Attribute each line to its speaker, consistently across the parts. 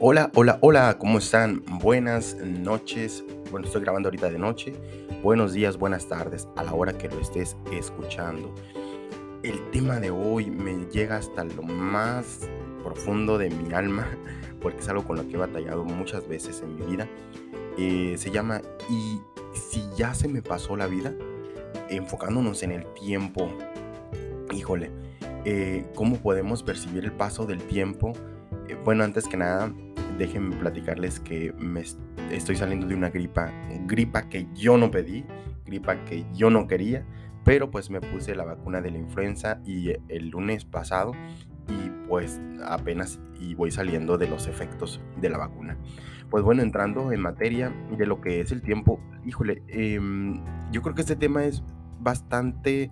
Speaker 1: Hola, hola, hola, ¿cómo están? Buenas noches. Bueno, estoy grabando ahorita de noche. Buenos días, buenas tardes, a la hora que lo estés escuchando. El tema de hoy me llega hasta lo más profundo de mi alma, porque es algo con lo que he batallado muchas veces en mi vida. Se llama ¿Y si ya se me pasó la vida? Enfocándonos en el tiempo. Híjole, ¿cómo podemos percibir el paso del tiempo? Bueno, antes que nada, déjenme platicarles que estoy saliendo de una gripa que yo no pedí, gripa que yo no quería, pero pues me puse la vacuna de la influenza y el lunes pasado y pues apenas y voy saliendo de los efectos de la vacuna. Pues bueno, entrando en materia de lo que es el tiempo, híjole, yo creo que este tema es bastante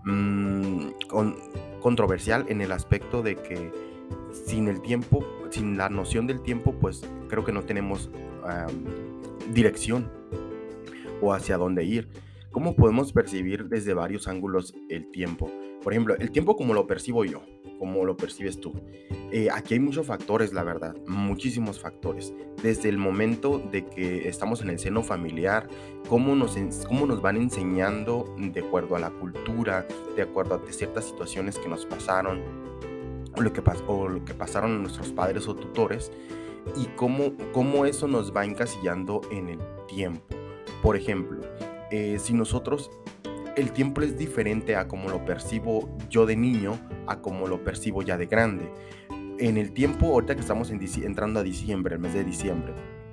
Speaker 1: controversial en el aspecto de que sin el tiempo, sin la noción del tiempo, pues creo que no tenemos dirección o hacia dónde ir. ¿Cómo podemos percibir desde varios ángulos el tiempo? Por ejemplo, el tiempo como lo percibo yo, como lo percibes tú. Aquí hay muchos factores, la verdad, muchísimos factores. Desde el momento de que estamos en el seno familiar, cómo nos van enseñando de acuerdo a la cultura, de acuerdo a ciertas situaciones que nos pasaron, o lo que pasaron nuestros padres o tutores, y cómo eso nos va encasillando en el tiempo. Por ejemplo, si nosotros, el tiempo es diferente a como lo percibo yo de niño, a como lo percibo ya de grande. En el tiempo, ahorita que estamos entrando a diciembre, el mes de diciembre,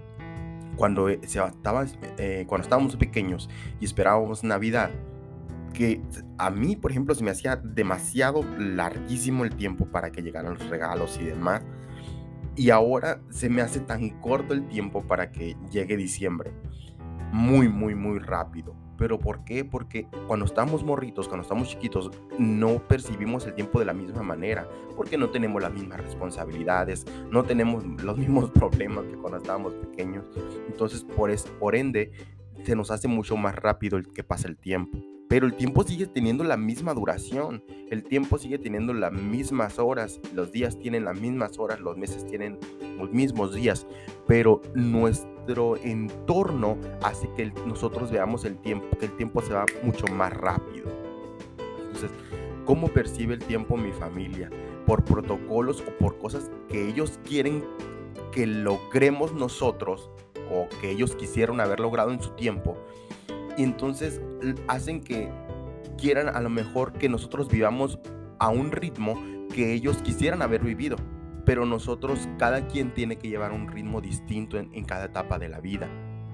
Speaker 1: cuando estábamos pequeños y esperábamos Navidad, que a mí, por ejemplo, se me hacía demasiado larguísimo el tiempo para que llegaran los regalos y demás. Y ahora se me hace tan corto el tiempo para que llegue diciembre. Muy, muy, muy rápido. ¿Pero por qué? Porque cuando estamos morritos, cuando estamos chiquitos, no percibimos el tiempo de la misma manera, porque no tenemos las mismas responsabilidades, no tenemos los mismos problemas que cuando estábamos pequeños. Entonces, por ende, se nos hace mucho más rápido el que pasa el tiempo. Pero el tiempo sigue teniendo la misma duración, el tiempo sigue teniendo las mismas horas, los días tienen las mismas horas, los meses tienen los mismos días, pero nuestro entorno hace que nosotros veamos el tiempo, que el tiempo se va mucho más rápido. Entonces, ¿cómo percibe el tiempo mi familia? ¿Por protocolos o por cosas que ellos quieren que logremos nosotros o que ellos quisieron haber logrado en su tiempo? Y entonces hacen que quieran a lo mejor que nosotros vivamos a un ritmo que ellos quisieran haber vivido, pero nosotros, cada quien tiene que llevar un ritmo distinto en cada etapa de la vida.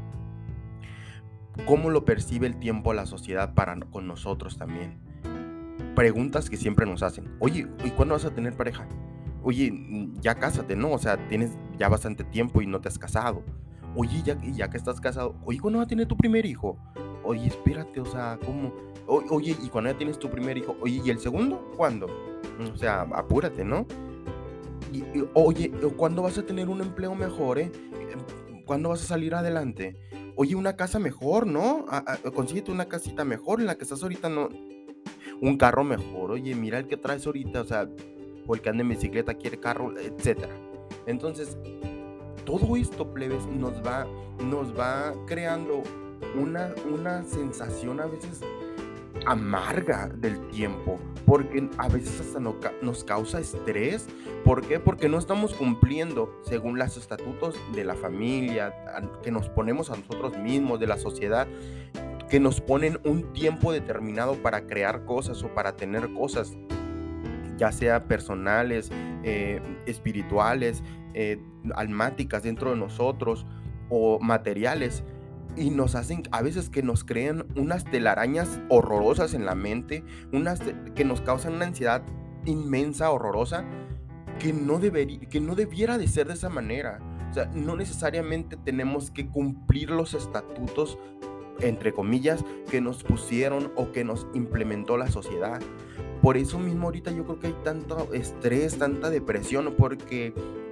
Speaker 1: ¿Cómo lo percibe el tiempo la sociedad con nosotros también? Preguntas que siempre nos hacen. Oye, ¿y cuándo vas a tener pareja? Oye, ya cásate, ¿no? O sea, tienes ya bastante tiempo y no te has casado. Oye, ya que estás casado, oye, ¿cuándo vas a tener tu primer hijo? Oye, espérate, o sea, ¿cómo? Oye, ¿y cuando ya tienes tu primer hijo? Oye, ¿y el segundo? ¿Cuándo? O sea, apúrate, ¿no? Oye, ¿cuándo vas a tener un empleo mejor, eh? ¿Cuándo vas a salir adelante? Oye, una casa mejor, ¿no? Consíguete una casita mejor en la que estás ahorita, ¿no? Un carro mejor. Oye, mira el que traes ahorita, o sea, o el que anda en bicicleta quiere carro, etcétera. Entonces, todo esto, plebes, nos va creando una sensación a veces amarga del tiempo, porque a veces hasta nos causa estrés. ¿Por qué? Porque no estamos cumpliendo según los estatutos de la familia, que nos ponemos a nosotros mismos, de la sociedad, que nos ponen un tiempo determinado para crear cosas o para tener cosas, ya sea personales, espirituales, almáticas dentro de nosotros o materiales. Y nos hacen a veces que nos crean unas telarañas horrorosas en la mente, que nos causan una ansiedad inmensa, horrorosa, que no debiera de ser de esa manera. O sea, no necesariamente tenemos que cumplir los estatutos, entre comillas, que nos pusieron o que nos implementó la sociedad. Por eso mismo ahorita yo creo que hay tanto estrés, tanta depresión, porque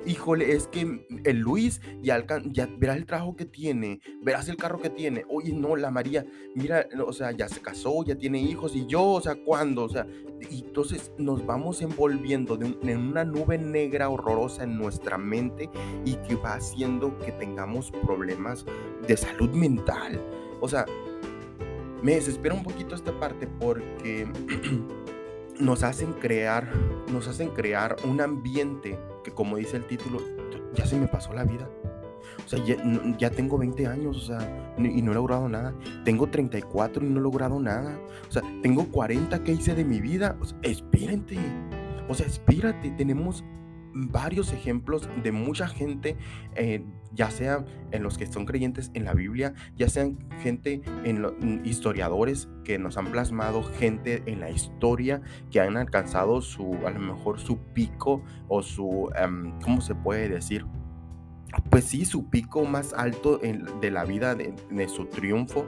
Speaker 1: híjole, es que el Luis ya verás el trabajo que tiene, verás el carro que tiene. Oye, no, la María, mira, o sea, ya se casó, ya tiene hijos, y yo, o sea, ¿cuándo? O sea, y entonces nos vamos envolviendo en una nube negra horrorosa en nuestra mente y que va haciendo que tengamos problemas de salud mental. O sea, me desespera un poquito esta parte porque nos hacen crear, nos hacen crear un ambiente que, como dice el título, ya se me pasó la vida. O sea, ya tengo 20 años, o sea, y no he logrado nada. Tengo 34 y no he logrado nada. O sea, tengo 40, ¿qué hice de mi vida? O sea, espérate. O sea, espérate, tenemos varios ejemplos de mucha gente, ya sea en los que son creyentes en la Biblia, ya sean gente historiadores que nos han plasmado, gente en la historia que han alcanzado a lo mejor su pico o su, ¿cómo se puede decir? Pues sí, su pico más alto de la vida, de su triunfo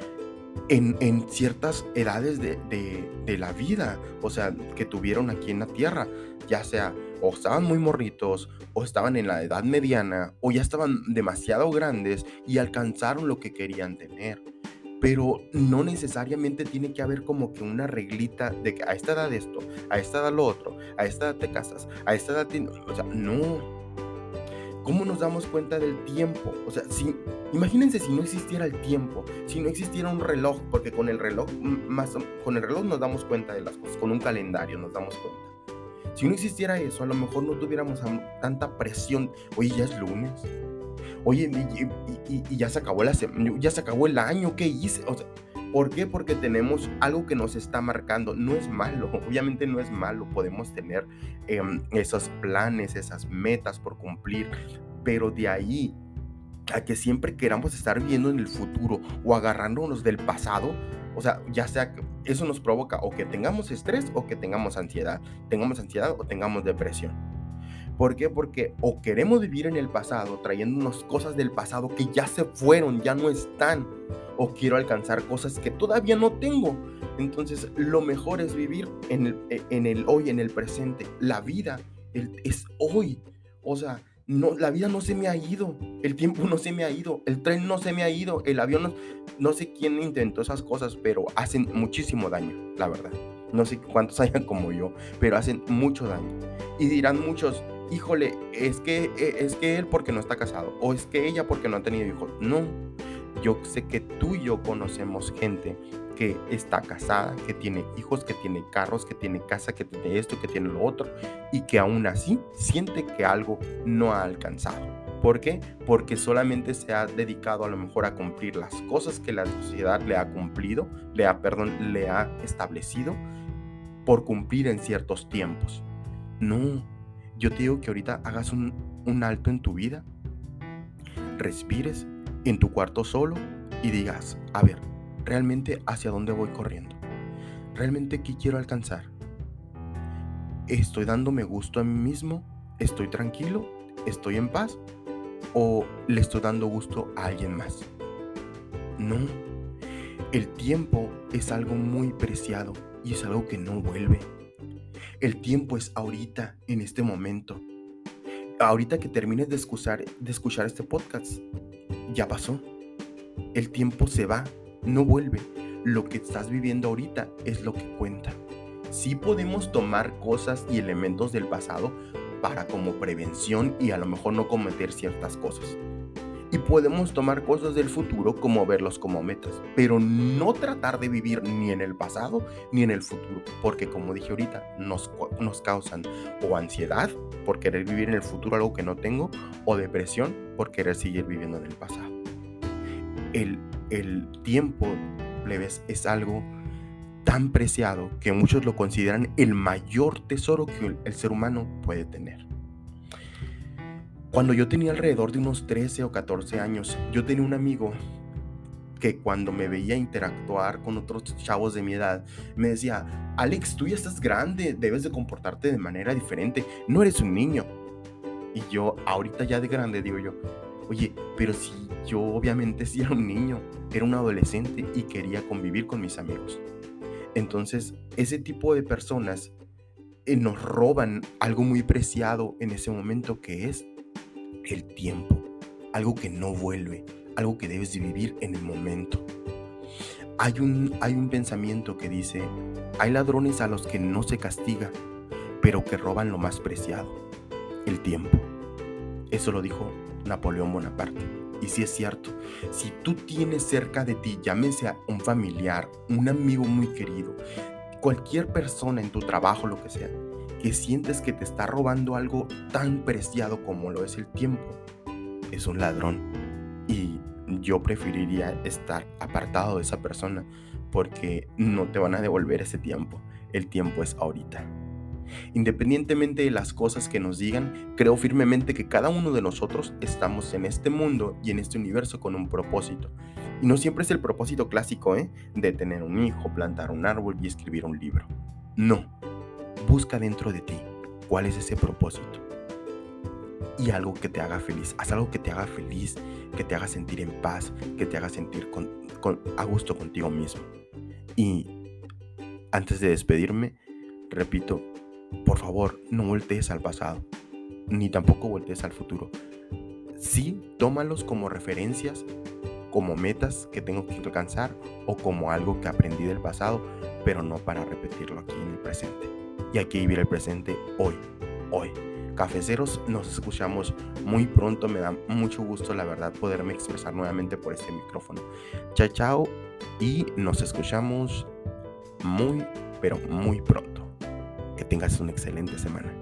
Speaker 1: en ciertas edades de la vida, o sea, que tuvieron aquí en la tierra, ya sea o estaban muy morritos, o estaban en la edad mediana, o ya estaban demasiado grandes y alcanzaron lo que querían tener. Pero no necesariamente tiene que haber como que una reglita de que a esta edad esto, a esta edad lo otro, a esta edad te casas, a esta edad o sea, no. ¿Cómo nos damos cuenta del tiempo? O sea, imagínense si no existiera el tiempo, si no existiera un reloj, porque con el reloj con el reloj nos damos cuenta de las cosas, con un calendario nos damos cuenta. Si no existiera eso, a lo mejor no tuviéramos tanta presión. Oye, ya es lunes. Oye, y ya se acabó ya se acabó el año, ¿qué hice? O sea, ¿por qué? Porque tenemos algo que nos está marcando. No es malo, obviamente no es malo. Podemos tener esos planes, esas metas por cumplir, pero de ahí a que siempre queramos estar viviendo en el futuro o agarrándonos del pasado, o sea, ya sea que eso nos provoca o que tengamos estrés o que tengamos ansiedad o tengamos depresión. ¿Por qué? Porque o queremos vivir en el pasado, trayéndonos cosas del pasado que ya se fueron, ya no están, o quiero alcanzar cosas que todavía no tengo. Entonces, lo mejor es vivir en el hoy, en el presente. La vida es hoy. O sea, no, la vida no se me ha ido, el tiempo no se me ha ido, el tren no se me ha ido, el avión no sé quién inventó esas cosas, pero hacen muchísimo daño, la verdad. No sé cuántos hayan como yo, pero hacen mucho daño. Y dirán muchos, híjole, es que él porque no está casado, o es que ella porque no ha tenido hijos. No, yo sé que tú y yo conocemos gente que está casada, que tiene hijos, que tiene carros, que tiene casa, que tiene esto, que tiene lo otro, y que aún así siente que algo no ha alcanzado. ¿Por qué? Porque solamente se ha dedicado a lo mejor a cumplir las cosas que la sociedad le ha cumplido, le ha establecido por cumplir en ciertos tiempos. No, yo te digo que ahorita hagas un alto en tu vida, respires en tu cuarto solo y digas, a ver, ¿realmente hacia dónde voy corriendo? ¿Realmente qué quiero alcanzar? ¿Estoy dándome gusto a mí mismo? ¿Estoy tranquilo? ¿Estoy en paz? ¿O le estoy dando gusto a alguien más? No, el tiempo es algo muy preciado y es algo que no vuelve. El tiempo es ahorita, en este momento. Ahorita que termines de escuchar este podcast, ya pasó. El tiempo se va, no vuelve. Lo que estás viviendo ahorita es lo que cuenta. Sí podemos tomar cosas y elementos del pasado para como prevención y a lo mejor no cometer ciertas cosas. Y podemos tomar cosas del futuro como verlos como metas, pero no tratar de vivir ni en el pasado ni en el futuro, porque como dije ahorita, nos causan o ansiedad por querer vivir en el futuro algo que no tengo, o depresión por querer seguir viviendo en el pasado. El tiempo, plebes, es algo tan preciado que muchos lo consideran el mayor tesoro que el ser humano puede tener. Cuando yo tenía alrededor de unos 13 o 14 años, yo tenía un amigo que cuando me veía interactuar con otros chavos de mi edad, me decía, Alex, tú ya estás grande, debes de comportarte de manera diferente, no eres un niño. Y yo, ahorita ya de grande, digo yo, oye, pero si yo obviamente sí era un niño, era un adolescente y quería convivir con mis amigos. Entonces, ese tipo de personas nos roban algo muy preciado en ese momento, que es el tiempo, algo que no vuelve, algo que debes de vivir en el momento. Hay un pensamiento que dice, hay ladrones a los que no se castiga, pero que roban lo más preciado, el tiempo. Eso lo dijo Napoleón Bonaparte. Y sí es cierto, si tú tienes cerca de ti, llámese a un familiar, un amigo muy querido, cualquier persona en tu trabajo, lo que sea, que sientes que te está robando algo tan preciado como lo es el tiempo, es un ladrón. Y yo preferiría estar apartado de esa persona porque no te van a devolver ese tiempo. El tiempo es ahorita. Independientemente de las cosas que nos digan, creo firmemente que cada uno de nosotros estamos en este mundo y en este universo con un propósito. Y no siempre es el propósito clásico, de tener un hijo, plantar un árbol y escribir un libro. No, busca dentro de ti cuál es ese propósito. Y algo que te haga feliz. Haz algo que te haga feliz, que te haga sentir en paz, que te haga sentir a gusto contigo mismo. Y antes de despedirme, repito, por favor, no voltees al pasado, ni tampoco voltees al futuro. Sí, tómalos como referencias, como metas que tengo que alcanzar o como algo que aprendí del pasado, pero no para repetirlo aquí en el presente. Y hay que vivir el presente hoy. Cafeceros, nos escuchamos muy pronto. Me da mucho gusto, la verdad, poderme expresar nuevamente por este micrófono. Chao, chao, y nos escuchamos muy, pero muy pronto. Que tengas una excelente semana.